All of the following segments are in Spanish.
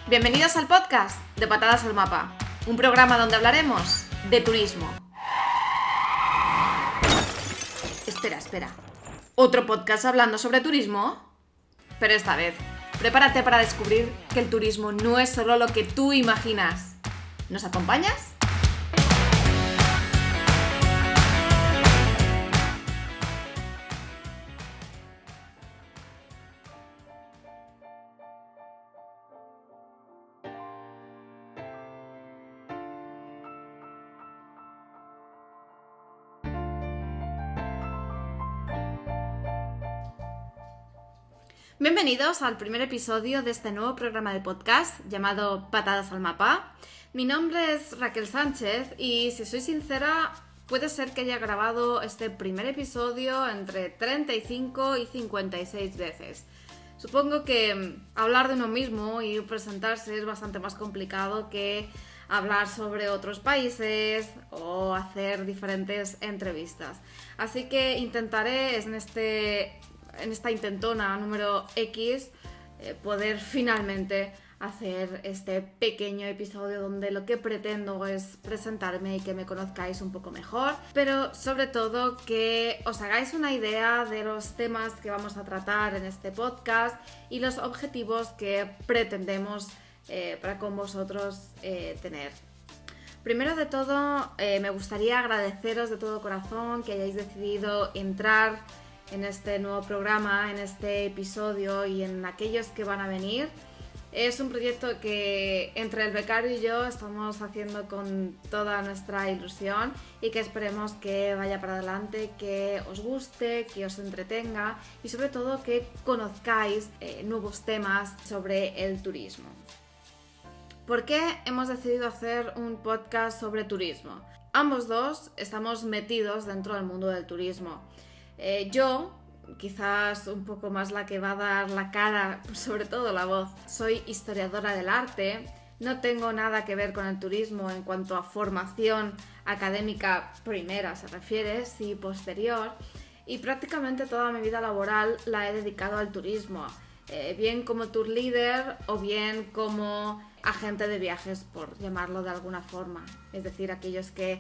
Bienvenidos al podcast de Patadas al Mapa, un programa donde hablaremos de turismo. Espera. ¿Otro podcast hablando sobre turismo? Pero esta vez, prepárate para descubrir que el turismo no es solo lo que tú imaginas. ¿Nos acompañas? Bienvenidos al primer episodio de este nuevo programa de podcast llamado Patadas al Mapa. Mi nombre es Raquel Sánchez y, si soy sincera, puede ser que haya grabado este primer episodio entre 35 y 56 veces. Supongo que hablar de uno mismo y presentarse es bastante más complicado que hablar sobre otros países o hacer diferentes entrevistas. Así que intentaré en esta intentona número X poder finalmente hacer este pequeño episodio donde lo que pretendo es presentarme y que me conozcáis un poco mejor, pero sobre todo que os hagáis una idea de los temas que vamos a tratar en este podcast y los objetivos que pretendemos para con vosotros tener. Primero de todo, me gustaría agradeceros de todo corazón que hayáis decidido entrar en este nuevo programa, en este episodio y en aquellos que van a venir. Es un proyecto que entre el becario y yo estamos haciendo con toda nuestra ilusión y que esperemos que vaya para adelante, que os guste, que os entretenga y sobre todo que conozcáis nuevos temas sobre el turismo. ¿Por qué hemos decidido hacer un podcast sobre turismo? Ambos dos estamos metidos dentro del mundo del turismo. Yo, quizás un poco más la que va a dar la cara, sobre todo la voz, soy historiadora del arte, no tengo nada que ver con el turismo en cuanto a formación académica primera se refiere, sí posterior, y prácticamente toda mi vida laboral la he dedicado al turismo, bien como tour leader o bien como agente de viajes, por llamarlo de alguna forma, es decir, aquellos que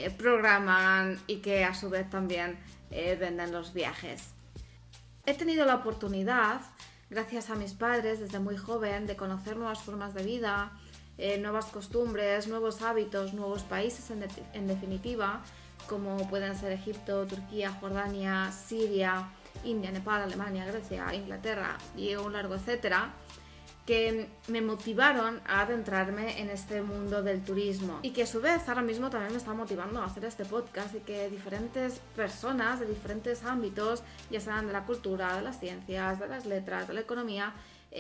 programan y que a su vez también venden los viajes. He tenido la oportunidad, gracias a mis padres desde muy joven, de conocer nuevas formas de vida, nuevas costumbres, nuevos hábitos, nuevos países en definitiva, como pueden ser Egipto, Turquía, Jordania, Siria, India, Nepal, Alemania, Grecia, Inglaterra y un largo etcétera, que me motivaron a adentrarme en este mundo del turismo y que a su vez ahora mismo también me está motivando a hacer este podcast y que diferentes personas de diferentes ámbitos, ya sean de la cultura, de las ciencias, de las letras, de la economía,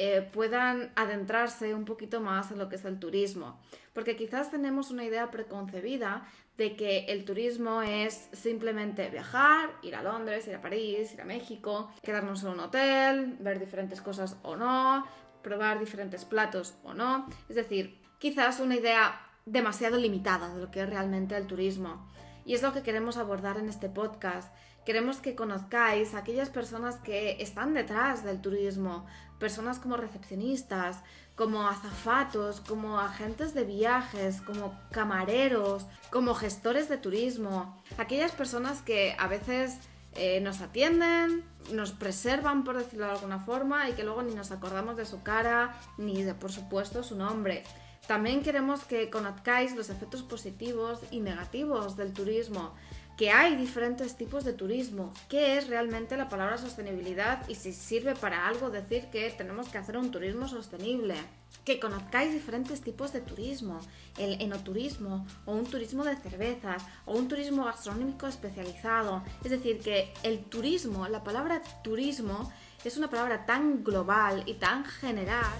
puedan adentrarse un poquito más en lo que es el turismo. Porque quizás tenemos una idea preconcebida de que el turismo es simplemente viajar, ir a Londres, ir a París, ir a México, quedarnos en un hotel, ver diferentes cosas o no, probar diferentes platos o no, es decir, quizás una idea demasiado limitada de lo que es realmente el turismo. Y es lo que queremos abordar en este podcast. Queremos que conozcáis a aquellas personas que están detrás del turismo, personas como recepcionistas, como azafatos, como agentes de viajes, como camareros, como gestores de turismo, aquellas personas que a veces nos atienden, nos preservan, por decirlo de alguna forma, y que luego ni nos acordamos de su cara ni de, por supuesto, su nombre. También queremos que conozcáis los efectos positivos y negativos del turismo, que hay diferentes tipos de turismo, qué es realmente la palabra sostenibilidad y si sirve para algo decir que tenemos que hacer un turismo sostenible, que conozcáis diferentes tipos de turismo, el enoturismo o un turismo de cervezas o un turismo gastronómico especializado, es decir, que el turismo, la palabra turismo es una palabra tan global y tan general.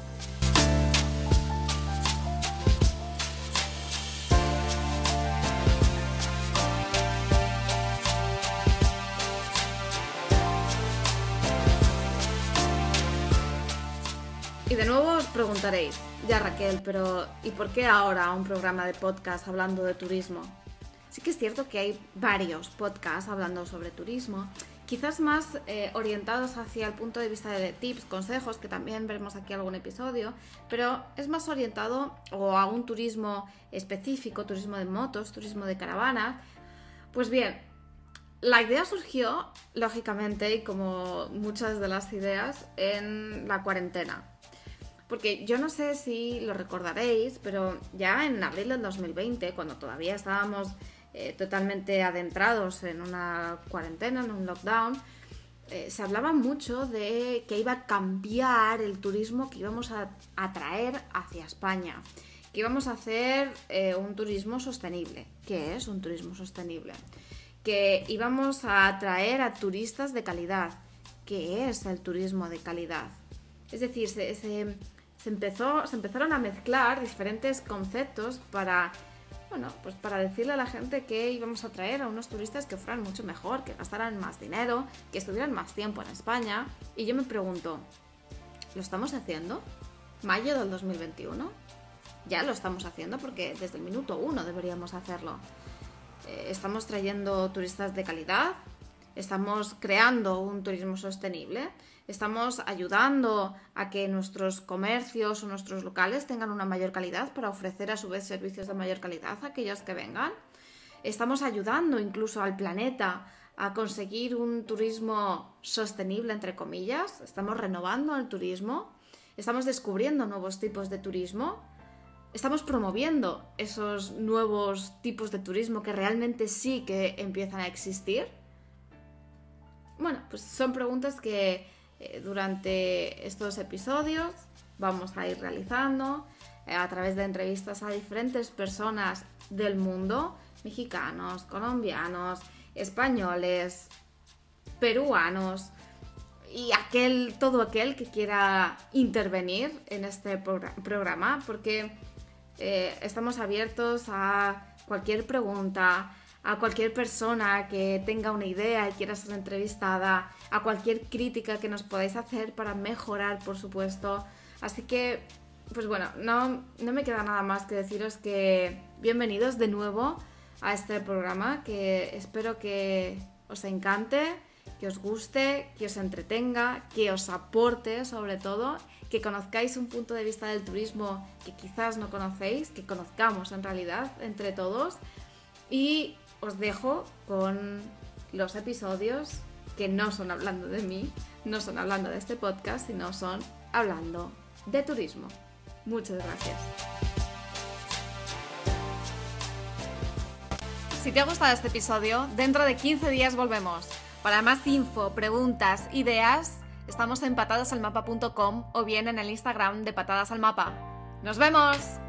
Y de nuevo os preguntaréis, ya Raquel, pero ¿y por qué ahora un programa de podcast hablando de turismo? Sí que es cierto que hay varios podcasts hablando sobre turismo quizás más orientados hacia el punto de vista de tips, consejos, que también veremos aquí algún episodio, pero es más orientado a un turismo específico, turismo de motos, turismo de caravanas. Pues bien, la idea surgió, lógicamente, y como muchas de las ideas, en la cuarentena. Porque yo no sé si lo recordaréis, pero ya en abril del 2020, cuando todavía estábamos totalmente adentrados en una cuarentena, en un lockdown, se hablaba mucho de que iba a cambiar el turismo que íbamos a atraer hacia España, que íbamos a hacer un turismo sostenible. ¿Qué es un turismo sostenible? Que íbamos a atraer a turistas de calidad. ¿Qué es el turismo de calidad? Es decir, se empezaron a mezclar diferentes conceptos para decirle a la gente que íbamos a traer a unos turistas que fueran mucho mejor, que gastaran más dinero, que estuvieran más tiempo en España. Y yo me pregunto, ¿lo estamos haciendo? ¿Mayo del 2021? Ya lo estamos haciendo porque desde el minuto 1 deberíamos hacerlo. Estamos trayendo turistas de calidad, estamos creando un turismo sostenible, estamos ayudando a que nuestros comercios o nuestros locales tengan una mayor calidad para ofrecer a su vez servicios de mayor calidad a aquellos que vengan. Estamos ayudando incluso al planeta a conseguir un turismo sostenible, entre comillas. Estamos renovando el turismo, estamos descubriendo nuevos tipos de turismo. Estamos promoviendo esos nuevos tipos de turismo que realmente sí que empiezan a existir. Bueno, pues son preguntas que durante estos episodios vamos a ir realizando a través de entrevistas a diferentes personas del mundo, mexicanos, colombianos, españoles, peruanos y todo aquel que quiera intervenir en este programa, porque estamos abiertos a cualquier pregunta, a cualquier persona que tenga una idea y quiera ser entrevistada, a cualquier crítica que nos podáis hacer para mejorar, por supuesto. Así que, pues bueno, no me queda nada más que deciros que bienvenidos de nuevo a este programa, que espero que os encante, que os guste, que os entretenga, que os aporte sobre todo, que conozcáis un punto de vista del turismo que quizás no conocéis, que conozcamos en realidad entre todos. Y os dejo con los episodios que no son hablando de mí, no son hablando de este podcast, sino son hablando de turismo. Muchas gracias. Si te ha gustado este episodio, dentro de 15 días volvemos. Para más info, preguntas, ideas, estamos en patadasalmapa.com o bien en el Instagram de Patadas al Mapa. ¡Nos vemos!